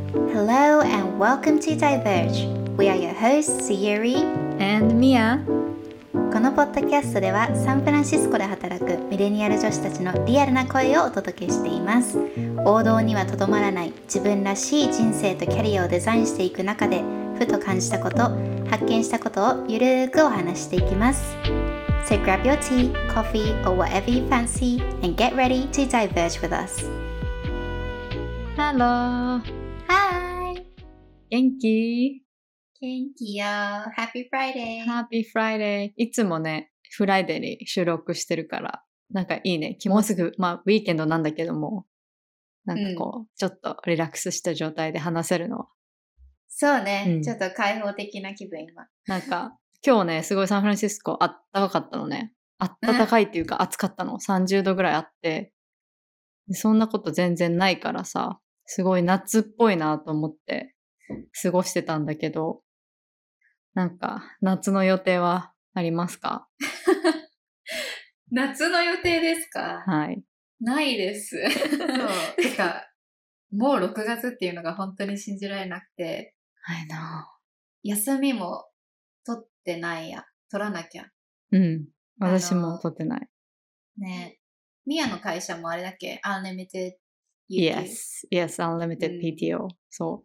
Hello and welcome to Diverge. We are your hosts, Sayuri and Mia. このポッドキャストではサンフランシスコで働くミレニアル女子たちのリアルな声をお届けしています。王道にはとどまらない自分らしい人生とキャリアをデザインしていく中でふと感じたこと、発見したことをゆるーくお話していきます。So grab your tea, coffee or whatever you fancy and get ready to diverge with us. Hello. Hi! 元気？ 元気よ。Happy Friday! Happy Friday! いつもね、フライデーに収録してるから、なんかいいね。もうすぐ、ウィーケンドなんだけども、なんかこう、ちょっとリラックスした状態で話せるのは。 そうね、ちょっと開放的な気分今。 なんか、今日ね、すごいサンフランシスコあったかかったのね。あったかいっていうか暑かったの。30度ぐらいあって、そんなこと全然ないからさ、すごい夏っぽいなと思って過ごしてたんだけど、なんか夏の予定はありますか？ 夏の予定ですか？ はい。 ないです。そう。てか、もう6月っていうのが本当に信じられなくて。 I know。 休みも取ってないや。取らなきゃ。 うん。私も取ってない。 ね。ミヤの会社もあれだっけ？ Unlimited Yes, Unlimited PTO、そう。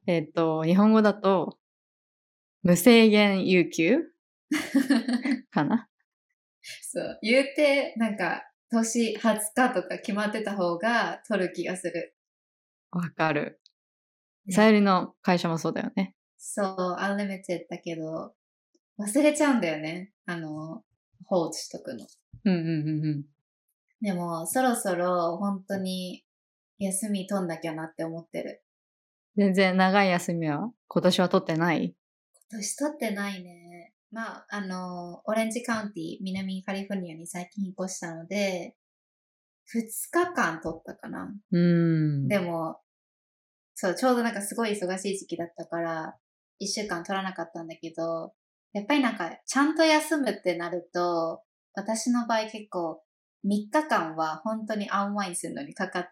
日本語だと、無制限有給かな。 そう。言うて、なんか、年20日とか決まってた方が取る気がする。 わかる。さゆりの会社もそうだよね。 そう、Unlimited だけど、忘れちゃうんだよね。放置しとくの。でも、そろそろ本当に休み取んなきゃなって思ってる。 全然長い休みは今年は取ってない？ 今年取ってないね。まあ、オレンジカウンティ、南カリフォルニアに最近引っ越したので、2日間取ったかな。でも、そう、ちょうどなんかすごい忙しい時期だったから、1週間取らなかったんだけど、やっぱりなんか、ちゃんと休むってなると、私の場合結構、3日間は本当にアンワインするのにかかって、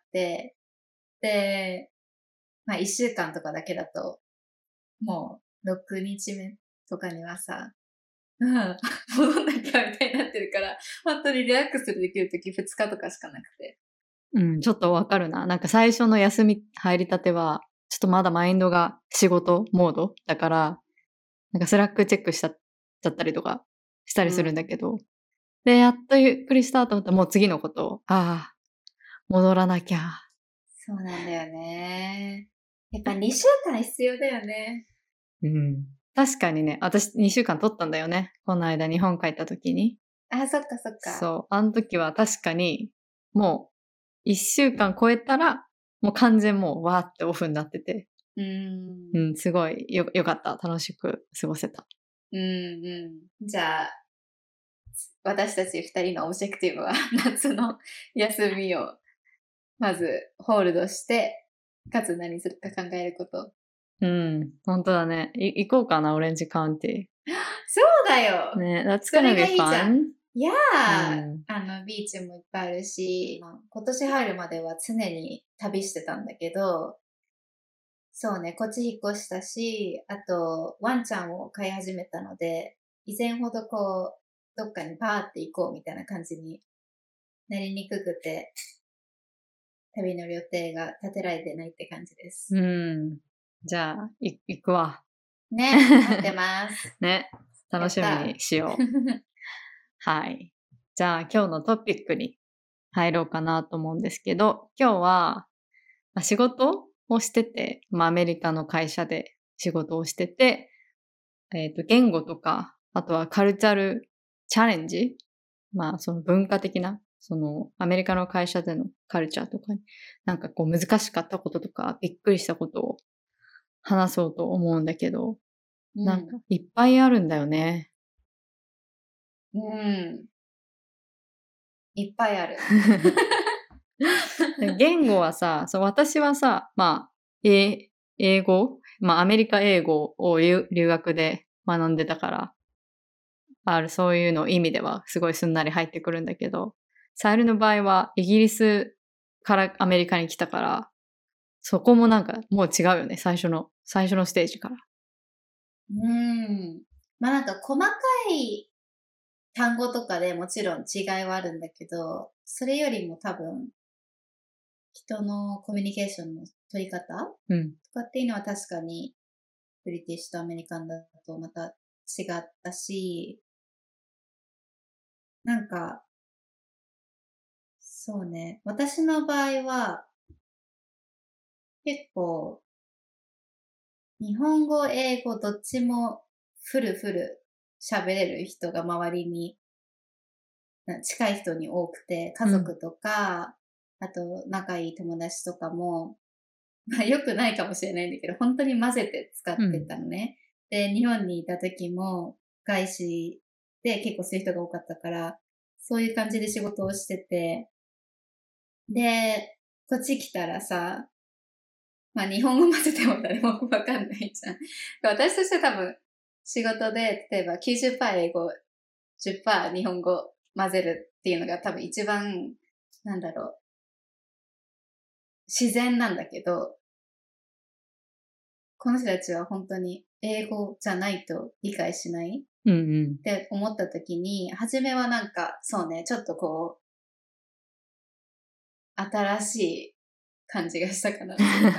で、まあ1週間とかだけだと、もう6日目とかにはさ、戻んなきゃみたいになってるから、本当にリラックスできるとき2日とかしかなくて。 ちょっとわかるな。なんか最初の休み入りたては、ちょっとまだマインドが仕事モードだから、なんかスラックチェックしちゃったりとかしたりするんだけど、で、やっとゆっくりしたと思ったらもう次のことを、戻らなきゃ。 そうなんだよね。やっぱ2週間必要だよね。 確かにね、私2週間取ったんだよね。この間日本帰った時に。 あ、そっかそっか。 そう。あの時は確かに、もう1週間超えたら、もう完全もうわーってオフになってて。すごいよかった。楽しく過ごせた。 じゃあ、私たち2人のオブジェクティブは夏の休みをまずホールドして、かつ何するか考えること。 本当だね。行こうかな、オレンジカウンティ。 そうだよ。 ね、that's gonna be fun. いやビーチもいっぱいあるし、今年入るまでは常に旅してたんだけど、そうね、こっち引っ越したし、あと、ワンちゃんを飼い始めたので、以前ほどこう、どっかにパーって行こうみたいな感じになりにくくて、旅の予定が立てられてないって感じです。 じゃあ、行くわ。 ね、待ってます。 ね、楽しみにしよう。はい。じゃあ、今日のトピックに入ろうかなと思うんですけど、今日は、仕事をしてて、アメリカの会社で仕事をしてて、言語とか、あとはカルチャルチャレンジ、その文化的な、そのアメリカの会社でのカルチャーとかに、なんかこう難しかったこととか、びっくりしたことを話そうと思うんだけど、なんかいっぱいあるんだよね。 いっぱいある。 言語はさ、私はさ、英語、アメリカ英語を留学で学んでたから、そういうの意味ではすごいすんなり入ってくるんだけど、サイルの場合はイギリスからアメリカに来たから、 そこもなんかもう違うよね。最初のステージから。 まあなんか細かい単語とかでもちろん違いはあるんだけど、それよりも多分、人のコミュニケーションの取り方、とかっていうのは確かに、ブリティッシュとアメリカンだとまた違ったし、なんか、そうね。私の場合は、結構、日本語、英語、どっちもフル喋れる人が周りに近い人に多くて、家族とか、あと仲いい友達とかも、まあ良くないかもしれないんだけど、本当に混ぜて使ってたのね。で、日本にいた時も、外資で結構そういう人が多かったから、そういう感じで仕事をしてて、で、こっち来たらさ、まあ日本語混ぜても誰もわかんないじゃん。私として多分、仕事で、例えば90%英語、10%日本語混ぜるっていうのが多分一番、なんだろう、自然なんだけど、この人たちは本当に英語じゃないと理解しないって思った時に、初めはなんか、そうね、ちょっとこう、新しい感じがしたかな。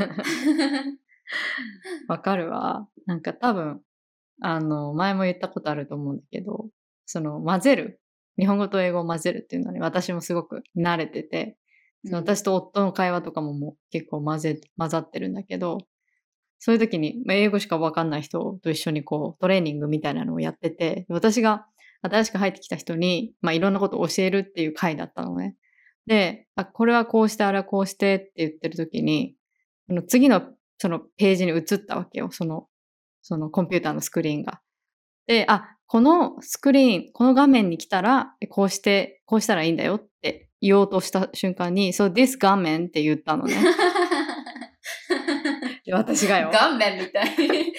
わかるわ。なんか多分、前も言ったことあると思うんだけど、その混ぜる。日本語と英語を混ぜるっていうのに私もすごく慣れてて、私と夫の会話とかも結構混ざってるんだけど、そういう時に英語しかわかんない人と一緒にこうトレーニングみたいなのをやってて、私が新しく入ってきた人に、いろんなことを教えるっていう回だったのね。で、これはこうして、あれはこうしてって言ってる時に、次のそのページに移ったわけよ。そのコンピューターのスクリーンが。で、このスクリーン、この画面に来たら、こうしたらいいんだよって言おうとした瞬間に、そう、this 画面って言ったのね。で私がよ。 顔面みたい。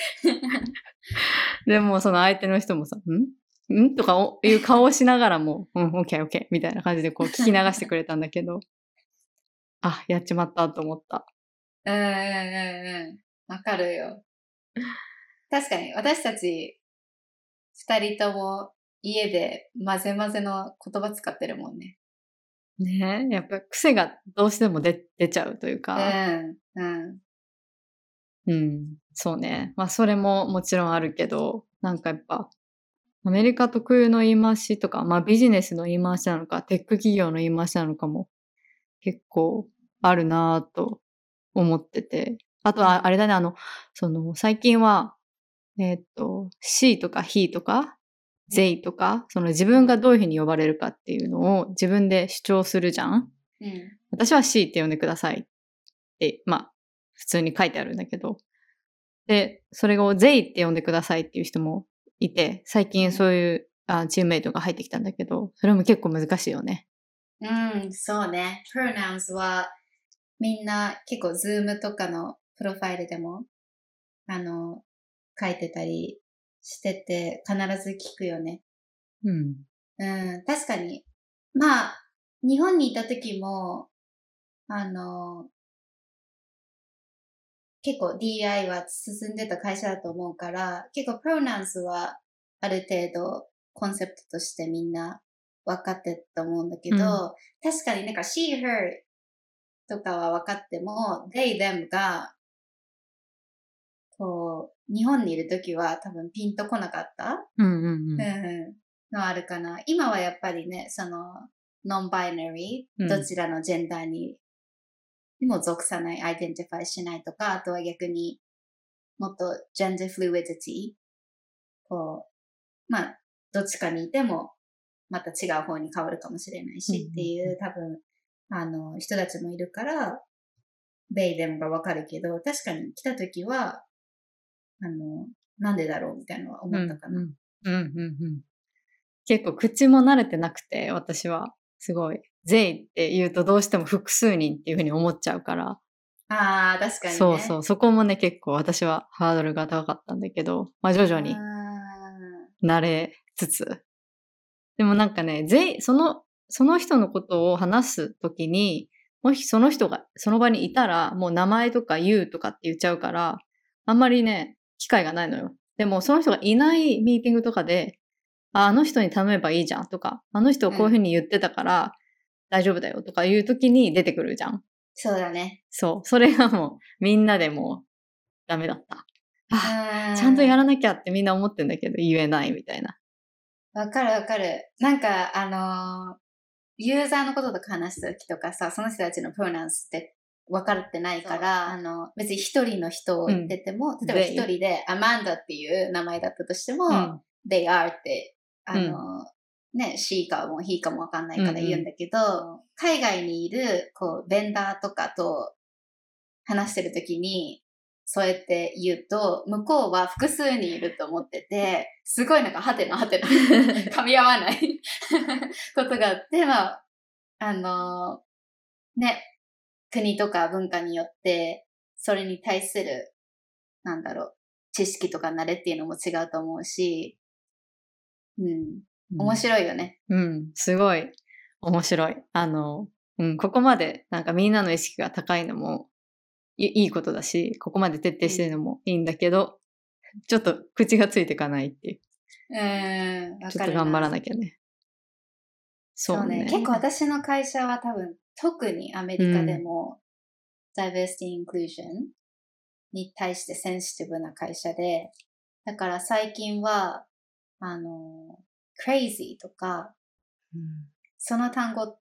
でもその相手の人もさ、んとかいう顔をしながらも、オッケーみたいな感じでこう聞き流してくれたんだけど、やっちまったと思った。 わかるよ。確かに、私たち、二人とも家で混ぜ混ぜの言葉使ってるもんね。 ねえ、やっぱ癖がどうしても出ちゃうというか。そうね。それももちろんあるけど、なんかやっぱ、アメリカ特有の言い回しとか、ビジネスの言い回しなのか、テック企業の言い回しなのかも結構あるなぁと思ってて。あとは、あれだね、最近は、she とか he とか、they とか、自分がどういうふうに呼ばれるかっていうのを自分で主張するじゃん。私は she って呼んでくださいって、普通に書いてあるんだけど。で、それを they って呼んでくださいっていう人もいて、最近そういうチームメイトが入ってきたんだけど、それも結構難しいよね。 そうね。pronouns はみんな結構 Zoom とかのプロファイルでも、書いてたりしてて、必ず聞くよね。確かに。日本にいた時も、結構 DI は進んでた会社だと思うから、結構 pronouns はある程度コンセプトとしてみんな分かってると思うんだけど、確かになんか she, her とかは分かっても、they, them が、こう、日本にいるときは多分ピンとこなかったのあるかな。今はやっぱりね、ノンバイナリー、どちらのジェンダーにも属さない、アイデンティファイしないとか、あとは逆にもっとジェンダーフルイディティ、こう、どっちかにいても、また違う方に変わるかもしれないしっていう、多分、人たちもいるから、they, them がわかるけど、確かに来た時は、なんでだろうみたいなのは思ったかな。 結構口も慣れてなくて、私はすごい。they って言うとどうしても複数人っていうふうに思っちゃうから。 確かにね。 そこもね、結構私はハードルが高かったんだけど、徐々に慣れつつ。でもなんかね、その人のことを話すときに、 もしその人がその場にいたら、もう名前とか言うとかって言っちゃうから、あんまりね、機会がないのよ。でも、その人がいないミーティングとかで、あの人に頼めばいいじゃんとか、あの人こういうふうに言ってたから大丈夫だよとかいう時に出てくるじゃん。 そうだね。 そう。それがもう、みんなでもう、ダメだった。ちゃんとやらなきゃってみんな思ってんだけど、言えないみたいな。 わかるわかる。なんか、ユーザーのこととか話すときとかさ、その人たちのプロナンスって分かってないから、別に一人の人を言ってても、例えば一人でアマンダっていう名前だったとしても、they are って、ね、she かも he かも分かんないから言うんだけど、海外にいる、ベンダーとかと話してるときに、そうやって言うと、向こうは複数人いると思ってて、すごいなんか、はてな、噛み合わないことがあって、まあ、ね、国とか文化によって、それに対する、知識とか慣れっていうのも違うと思うし、面白いよね。 すごい面白い。ここまでなんかみんなの意識が高いのもいいことだし、ここまで徹底してるのもいいんだけど、ちょっと口がついていかないっていう。ちょっと頑張らなきゃね。 そうね。結構私の会社は多分、特にアメリカでも、diversity inclusion に対してセンシティブな会社で、だから最近は、crazy とか、その単語って、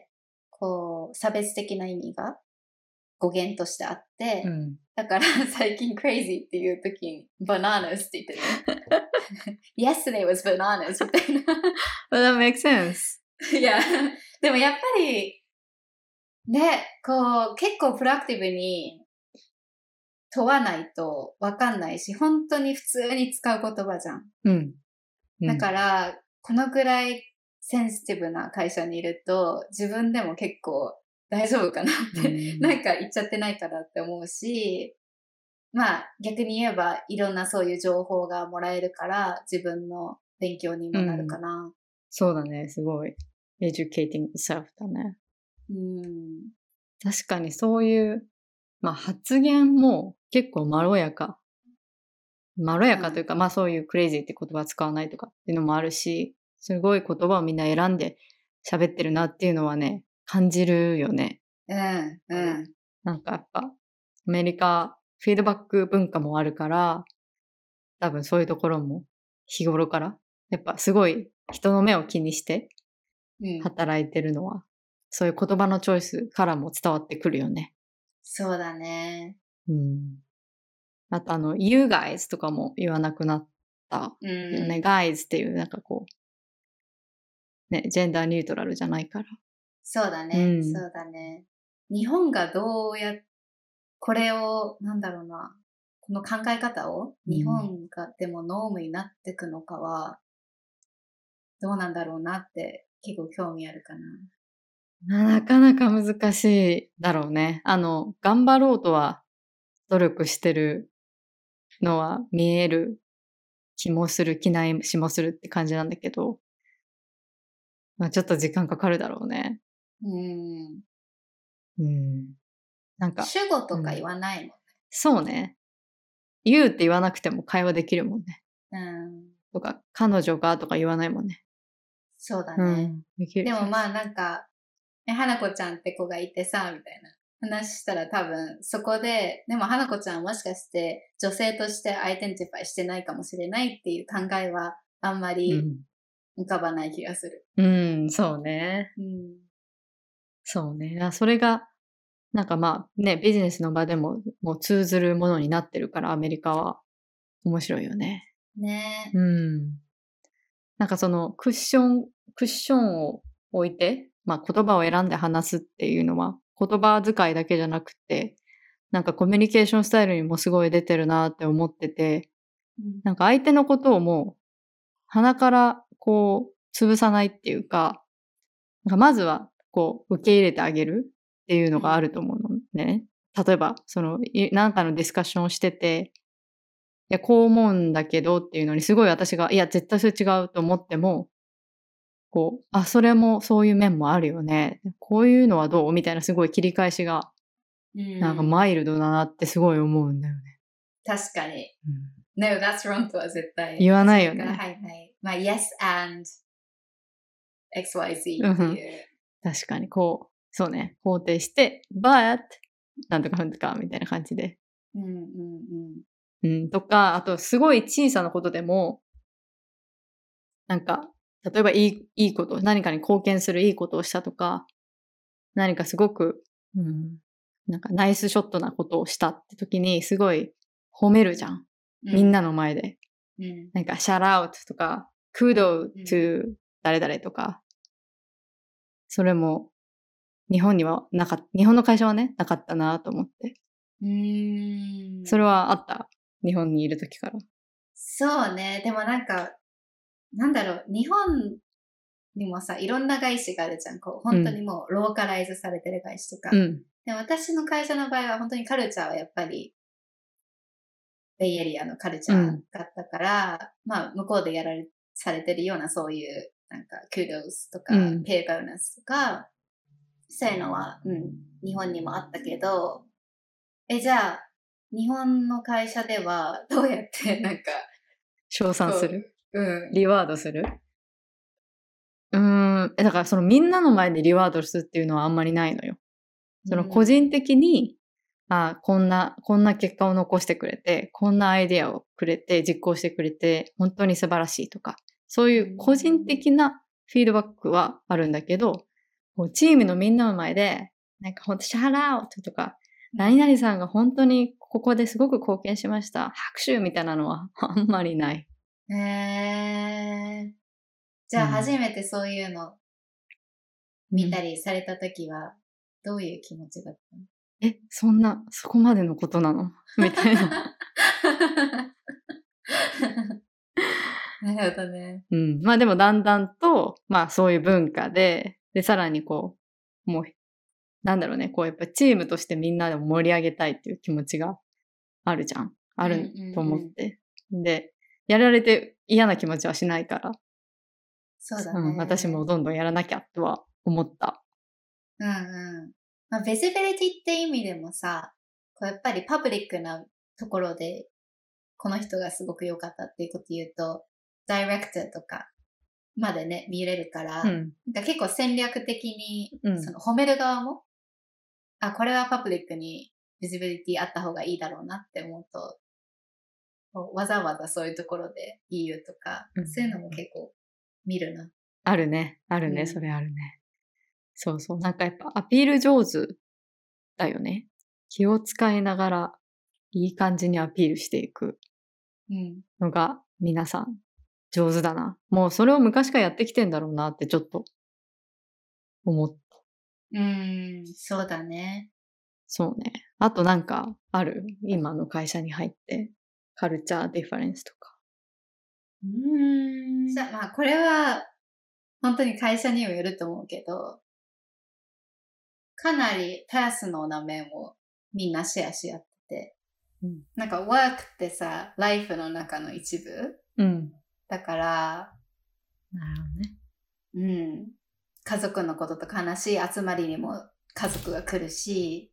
差別的な意味が語源としてあって、だから最近 crazy っていう時に bananas って言ってる。Yesterday was bananas みたいな。 But that makes sense. いや、でもやっぱり、ね、結構プロアクティブに問わないとわかんないし、本当に普通に使う言葉じゃん。だから、このぐらいセンシティブな会社にいると、自分でも結構大丈夫かなって、なんか言っちゃってないかなって思うし、まあ逆に言えばいろんなそういう情報がもらえるから自分の勉強にもなるかな。 そうだね、すごい。educating yourself だね。確かにそういう、発言も結構まろやかというか、そういうクレイジーって言葉使わないとかっていうのもあるし、すごい言葉をみんな選んで喋ってるなっていうのはね、感じるよね。なんかやっぱ、アメリカ、フィードバック文化もあるから、多分そういうところも日頃から、やっぱすごい人の目を気にして働いてるのは、そういう言葉のチョイスからも伝わってくるよね。 そうだね。 あとyou guys とかも言わなくなったよね。guys っていうなんかね、ジェンダーニュートラルじゃないから。 そうだね、そうだね。日本がどうこれを、この考え方を日本がでもノームになっていくのかは、どうなんだろうなって結構興味あるかな。 なかなか難しいだろうね。頑張ろうとは努力してるのは見える気もする、気ないしもするって感じなんだけど、ちょっと時間かかるだろうね。なんか。 主語とか言わないもんね。 そうね。言うって言わなくても会話できるもんね。とか、彼女がとか言わないもんね。 そうだね。でも花子ちゃんって子がいてさ、みたいな話したら多分そこで、でも花子ちゃんもしかして女性としてアイデンティファイしてないかもしれないっていう考えはあんまり浮かばない気がする。 そうね。そうね。それが、ビジネスの場でももう通ずるものになってるから、アメリカは面白いよね。 ね。 そのクッションを置いて、言葉を選んで話すっていうのは、言葉遣いだけじゃなくて、コミュニケーションスタイルにもすごい出てるなって思ってて、相手のことをもう鼻から潰さないっていうか、まずは受け入れてあげるっていうのがあると思うのね。例えば何かのディスカッションをしてて、いやこう思うんだけどっていうのにすごい私がいや絶対それ違うと思ってもこう、それもそういう面もあるよね。こういうのはどうみたいなすごい切り返しが、なんかマイルドだなってすごい思うんだよね。 確かに。No, that's wrong とは絶対言わないよね。 はいはい。まあ、yes and XYZ っていう。 確かに、こう、そうね、肯定して、but なんとかふんとかみたいな感じで。とか、あとすごい小さなことでも、なんか、例えばいいこと、何かに貢献するいいことをしたとか、何かすごく、なんかナイスショットなことをしたって時にすごい褒めるじゃん。みんなの前で。なんか、シャラウトとか、クードto 誰々とか、それも日本の会社はね、なかったなと思って。それはあった。日本にいる時から。 そうね。でもなんか、なんだろう、日本にもさ、いろんな外資があるじゃん。こう、本当にもうローカライズされてる外資とか。で私の会社の場合は本当にカルチャーはやっぱり、ベイエリアのカルチャーだったから、まあ、向こうでされてるようなそういう、なんか、クードスとか、ペイボーナスとか、そういうのは、日本にもあったけど、じゃあ、日本の会社ではどうやってなんか、 称賛する？リワードする？だからそのみんなの前でリワードするっていうのはあんまりないのよ。その個人的に、こんな結果を残してくれて、こんなアイデアをくれて、実行してくれて、本当に素晴らしいとか、そういう個人的なフィードバックはあるんだけど、チームのみんなの前で、なんか本当シャラウトとか、何々さんが本当にここですごく貢献しました。拍手みたいなのはあんまりない。 じゃあ初めてそういうの見たりされたときは、どういう気持ちだったの？そこまでのことなのみたいな。 なるほどね。 まあでもだんだんと、まあそういう文化で、さらにこう、もう、なんだろうね、こうやっぱチームとしてみんなでも盛り上げたいっていう気持ちがあるじゃん。あると思って。で、やられて嫌な気持ちはしないから。 そうだね。 私もどんどんやらなきゃとは思った。 まあ、ビジビリティって意味でもさ、こうやっぱりパブリックなところで、この人がすごく良かったっていうこと言うと、ダイレクターとかまでね、見れるから、なんか結構戦略的に、その褒める側も、これはパブリックにビジビリティあった方がいいだろうなって思うと、わざわざそういうところで言うとか、そういうのも結構見るな。 あるね。それあるね。そうそう。なんかやっぱアピール上手だよね。気を使いながらいい感じにアピールしていくのが皆さん上手だな。もうそれを昔からやってきてんだろうなってちょっと思った。 そうだね。 そうね。あとなんかある？今の会社に入ってカルチャーディファレンスとか。 まあこれは本当に会社にもよると思うけど、かなりパーソナルな面をみんなシェアし合ってて、なんかワークってさ、ライフの中の一部、だから、 なるほどね。 家族のこととか話し集まりにも家族が来るし、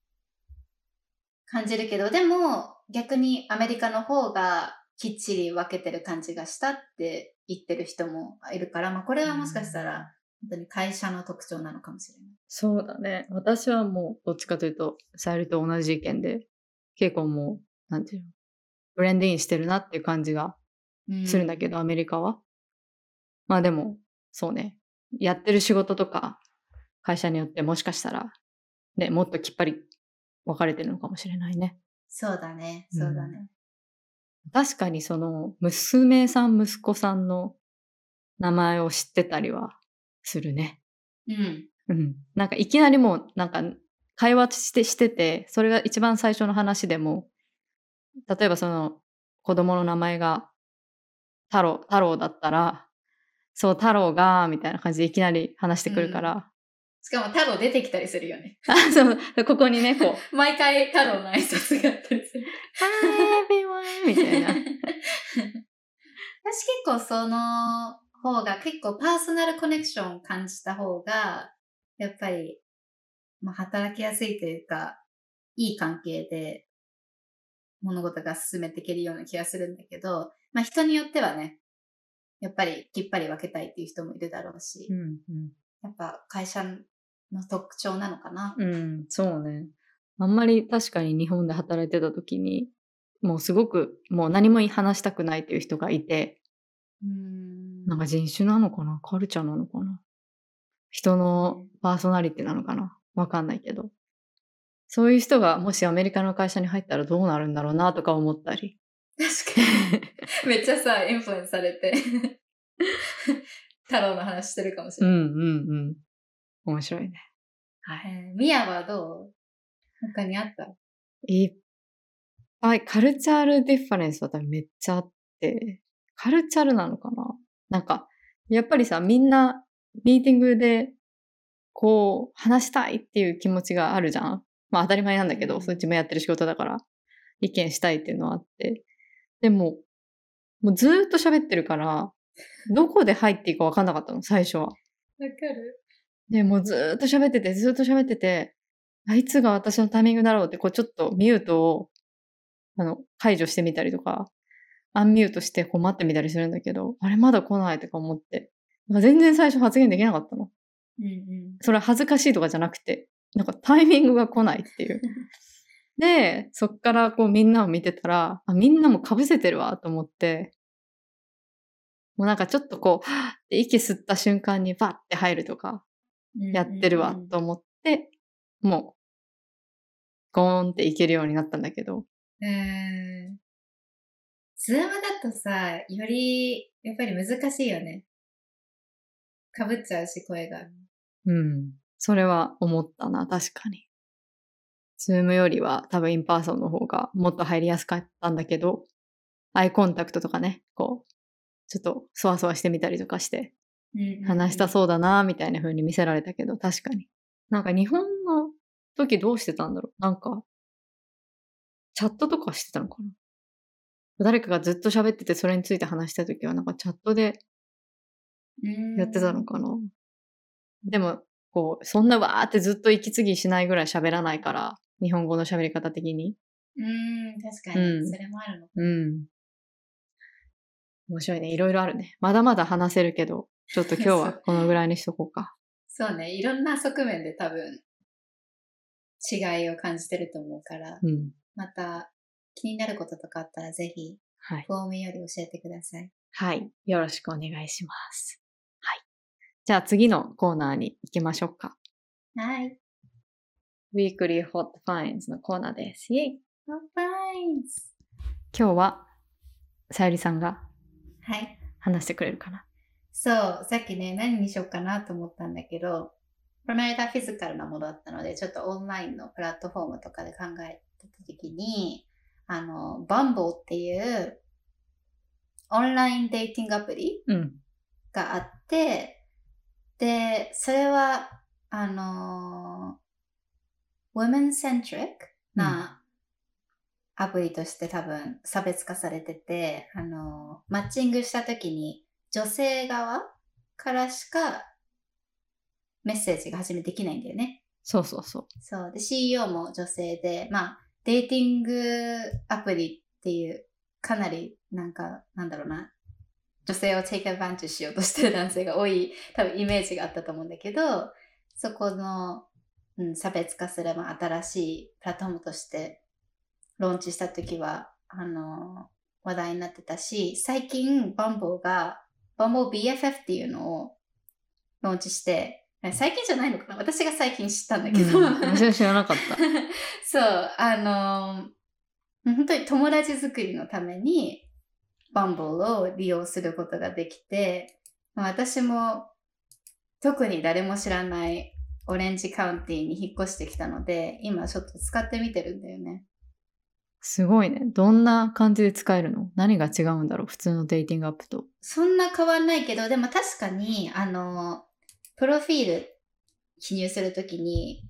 感じるけど、でも逆にアメリカの方がきっちり分けてる感じがしたって言ってる人もいるから、まあこれはもしかしたら本当に会社の特徴なのかもしれない。 そうだね。私はもうどっちかというと、さゆりと同じ意見で、結構もう、なんていうの、ブレンドインしてるなっていう感じがするんだけど、アメリカは。まあでも、そうね。やってる仕事とか、会社によってもしかしたら、ね、もっときっぱり分かれてるのかもしれないね。 そうだね。 確かにその、娘さん、息子さんの名前を知ってたりはするね。なんかいきなりもう、なんか会話してて、それが一番最初の話でも、例えばその子供の名前が太郎だったら、そう、太郎が、みたいな感じでいきなり話してくるから。 しかも太郎出てきたりするよね。 そう、ここにね、こう。毎回太郎の挨拶があったりする。 Hi everyone! みたいな。 私結構その、 方が結構パーソナルコネクションを感じた方が、やっぱり、まあ、働きやすいというか、いい関係で物事が進めていけるような気がするんだけど、まあ人によってはね、やっぱりきっぱり分けたいっていう人もいるだろうし、やっぱ会社の特徴なのかな。 そうね。あんまり確かに日本で働いてた時に、もうすごくもう何も話したくないっていう人がいて、なんか人種なのかな、カルチャーなのかな、人のパーソナリティなのかな、わかんないけど。そういう人がもしアメリカの会社に入ったらどうなるんだろうなとか思ったり。 確かに。めっちゃさ、インフルエンスされて、太郎の話してるかもしれない。 面白いね。 はい。ミヤはどう？他にあった？ いっぱいカルチャールディファレンスは多分めっちゃあって、カルチャルなのかな、なんか、やっぱりさ、みんなミーティングでこう話したいっていう気持ちがあるじゃん。まあ当たり前なんだけど、そっちもやってる仕事だから意見したいっていうのはあって。でも、もうずーっと喋ってるから、どこで入っていいか分かんなかったの、最初は。わかる。 で、もうずーっと喋ってて、いつが私のタイミングだろうって、こうちょっとミュートを、解除してみたりとか、アンミュートしてこう待ってみたりするんだけど、あれまだ来ないとか思って。なんか全然最初発言できなかったの。それは恥ずかしいとかじゃなくて、なんかタイミングが来ないっていう。で、そっからこうみんなを見てたら、みんなも被せてるわと思って、もうなんかちょっとこう、はぁって息吸った瞬間にバッて入るとか、やってるわと思って、もう、ゴーンっていけるようになったんだけど。 ズームだとさ、より、やっぱり難しいよね。被っちゃうし、声が。 それは思ったな、確かに。ズームよりは多分インパーソンの方がもっと入りやすかったんだけど、アイコンタクトとかね、こう、ちょっとそわそわしてみたりとかして、話したそうだな、みたいな風に見せられたけど、確かに。なんか日本の時どうしてたんだろう、なんか、チャットとかしてたのかな、誰かがずっと喋っててそれについて話した時はなんかチャットでやってたのかな。でも、こう、そんなわーってずっと息継ぎしないぐらい喋らないから、日本語の喋り方的に。 確かに、それもあるのか。 面白いね。いろいろあるね。まだまだ話せるけど、ちょっと今日はこのぐらいにしとこうか。 そうね。いろんな側面で多分、違いを感じてると思うから、また気になることとかあったらぜひ、フォームより教えてください。 はい。よろしくお願いします。はい。じゃあ次のコーナーに行きましょうか。 はい。 Weekly Hot Finds のコーナーです。イェイ。 Hot Finds。 今日は、さゆりさんが、 はい。 話してくれるかな。 そう、さっきね、何にしようかなと思ったんだけど、この間フィジカルなものだったので、ちょっとオンラインのプラットフォームとかで考えた時に、バンボーっていうオンラインデーティングアプリがあって、で、それは、women-centric なアプリとして多分差別化されてて、マッチングした時に女性側からしかメッセージが初めできないんだよね。 そう。 そう。で、CEO も女性で、まあ、デーティングアプリっていう、かなり、なんだろうな、女性を take advantage しようとしてる男性が多い、多分イメージがあったと思うんだけど、そこの、差別化する、まあ、新しいプラットフォームとしてローンチした時は、話題になってたし、最近、バンボー BFF っていうのをローンチして、最近じゃないのかな、私が最近知ったんだけど。 私は知らなかった。 そう、本当に友達作りのために、バンボーを利用することができて、私も特に誰も知らないオレンジカウンティに引っ越してきたので、今ちょっと使ってみてるんだよね。 すごいね。どんな感じで使えるの？何が違うんだろう？普通のデーティングアップと。 そんな変わんないけど、でも確かに、プロフィール記入するときに、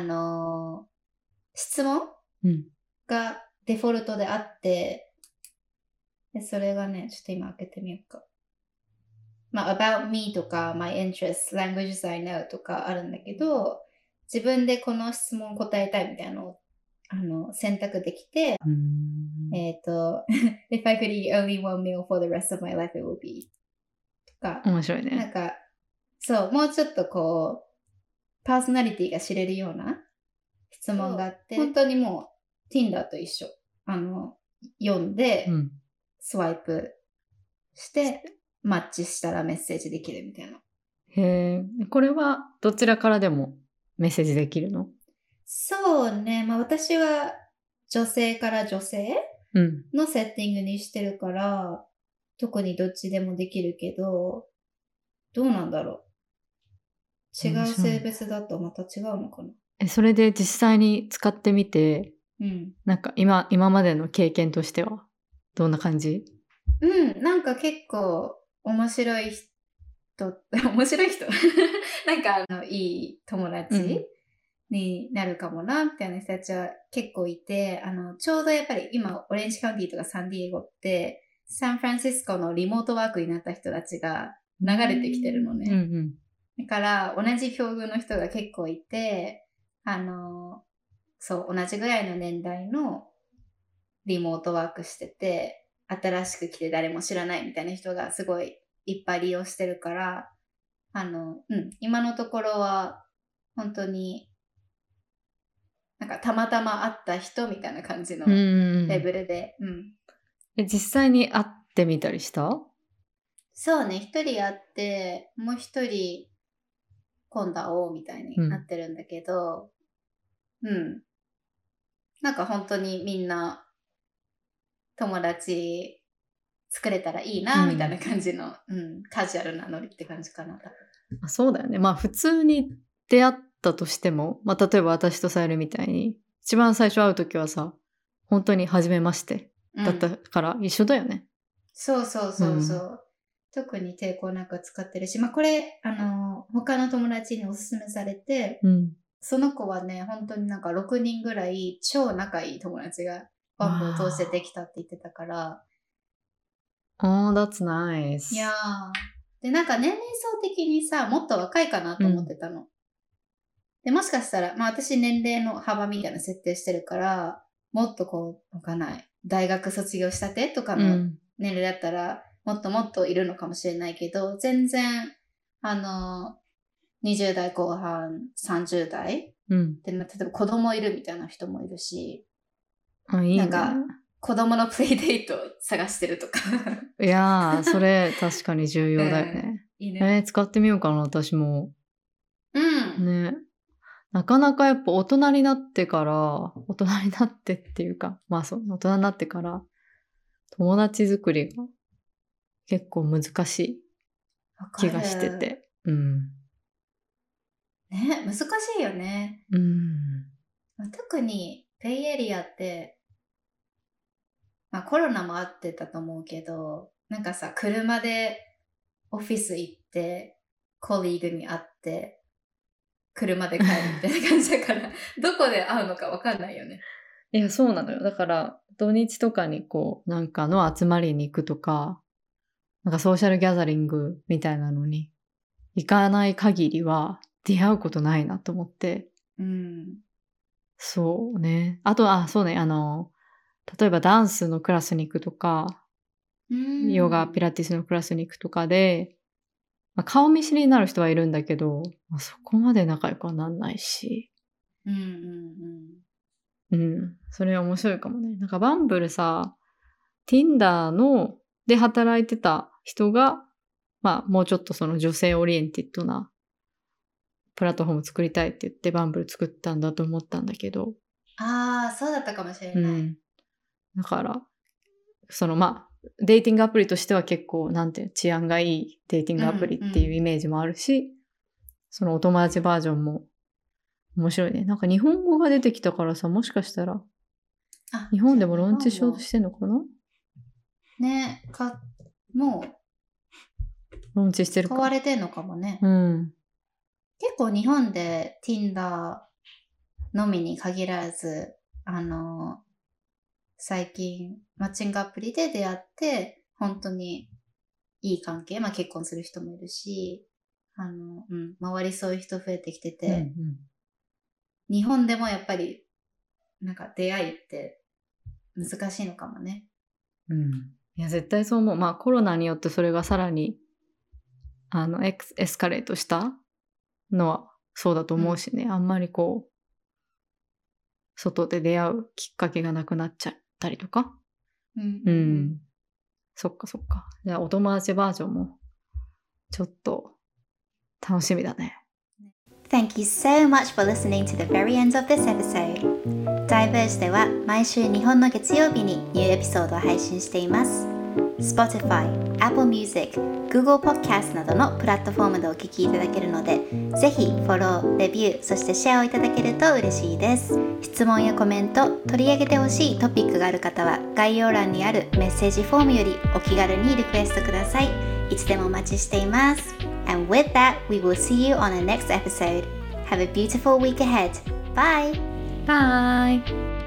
質問がデフォルトであって、でそれがね、ちょっと今開けてみようか。 まあ、about me とか my interests, languages I know とかあるんだけど、自分でこの質問答えたいみたいなのを選択できて、if I could eat only one meal for the rest of my life, it would be とか、 面白いね。 なんか、そう、もうちょっとこう、パーソナリティが知れるような質問があって、本当にもう Tinder と一緒。読んで、スワイプして、マッチしたらメッセージできるみたいな。 へえ、これはどちらからでもメッセージできるの？ そうね。まあ私は女性から女性のセッティングにしてるから、特にどっちでもできるけど、どうなんだろう。違う性別だとまた違うのかな。 それで実際に使ってみて、なんか今までの経験としてはどんな感じ？ なんか結構面白い人なんかいい友達、になるかもな、みたいな人たちは結構いて、ちょうどやっぱり今、オレンジカウンティとかサンディエゴって、サンフランシスコのリモートワークになった人たちが流れてきてるのね。だから、同じ境遇の人が結構いて、そう、同じぐらいの年代のリモートワークしてて、新しく来て誰も知らないみたいな人がすごいいっぱい利用してるから、今のところは、本当に、なんかたまたま会った人みたいな感じのレベルで。 実際に会ってみたりした？ そうね、一人会って、もう一人今度会おうみたいになってるんだけど、なんか本当にみんな友達作れたらいいな、みたいな感じの、カジュアルなノリって感じかな。 そうだよね。まあ普通に出会ったとしても、まあ例えば私とさゆりみたいに、一番最初会うときはさ、本当に初めましてだったから一緒だよね。 そう。特に抵抗なく使ってるし、まあこれ、他の友達におすすめされて、その子はね、本当になんか6人ぐらい超仲いい友達がバンブルを通してできたって言ってたから。 that's nice. いやー。で、なんか年齢層的にさ、もっと若いかなと思ってたの。で、もしかしたら、まあ私年齢の幅みたいな設定してるから、もっとこう、わかんない。大学卒業したてとかの年齢だったら、もっともっといるのかもしれないけど、全然、20代後半、30代、で、例えば子供いるみたいな人もいるし、 いいね、 なんか、子供のプレイデート探してるとか。 いやー、それ確かに重要だよね。いいね。使ってみようかな、私も。ね。なかなかやっぱ大人になってっていうか、まあそう、大人になってから、友達作りが結構難しい気がしてて。 ね、難しいよね。特に、ベイエリアって、まあコロナもあってたと思うけど、なんかさ、車でオフィス行って、コリーグに会って、車で帰るみたいな感じだから、どこで会うのかわかんないよね。 いや、そうなのよ。だから、土日とかにこう、なんかの集まりに行くとか、なんかソーシャルギャザリングみたいなのに行かない限りは出会うことないなと思って。そうね。あと、そうね、例えばダンスのクラスに行くとか、ヨガ、ピラティスのクラスに行くとかで、まあ、顔見知りになる人はいるんだけど、まあ、そこまで仲良くはなんないし。それは面白いかもね。なんかバンブルさ、Tinder で働いてた人が、まあもうちょっとその女性オリエンティッドなプラットフォーム作りたいって言ってバンブル作ったんだと思ったんだけど。 そうだったかもしれない。 だから、まあ、デーティングアプリとしては結構、なんていう治安がいいデーティングアプリっていうイメージもあるし、そのお友達バージョンも面白いね。なんか日本語が出てきたからさ、もしかしたら、日本でもローンチしようとしてんのかな？ね、 もう、 ローンチしてるか。 買われてんのかもね。結構日本で Tinder のみに限らず、最近マッチングアプリで出会って、本当にいい関係、まあ結婚する人もいるし、周りそういう人増えてきてて、日本でもやっぱり、なんか出会いって難しいのかもね。 いや、絶対そう思う。まあコロナによってそれがさらに、エスカレートしたのはそうだと思うしね、あんまりこう、外で出会うきっかけがなくなっちゃったりとか。そっかそっか。じゃあお友達バージョンもちょっと楽しみだね。 Thank you so much for listening to the very end of this episode. Diverge では毎週日本の月曜日にニューエピソードを配信しています。Spotify、Apple Music、Google Podcast などのプラットフォームでお聞きいただけるので、ぜひフォロー、レビュー、そしてシェアをいただけると嬉しいです。質問やコメント、取り上げてほしいトピックがある方は概要欄にあるメッセージフォームよりお気軽にリクエストください。いつでもお待ちしています。And with that, we will see you on the next episode. Have a beautiful week ahead. Bye! Bye!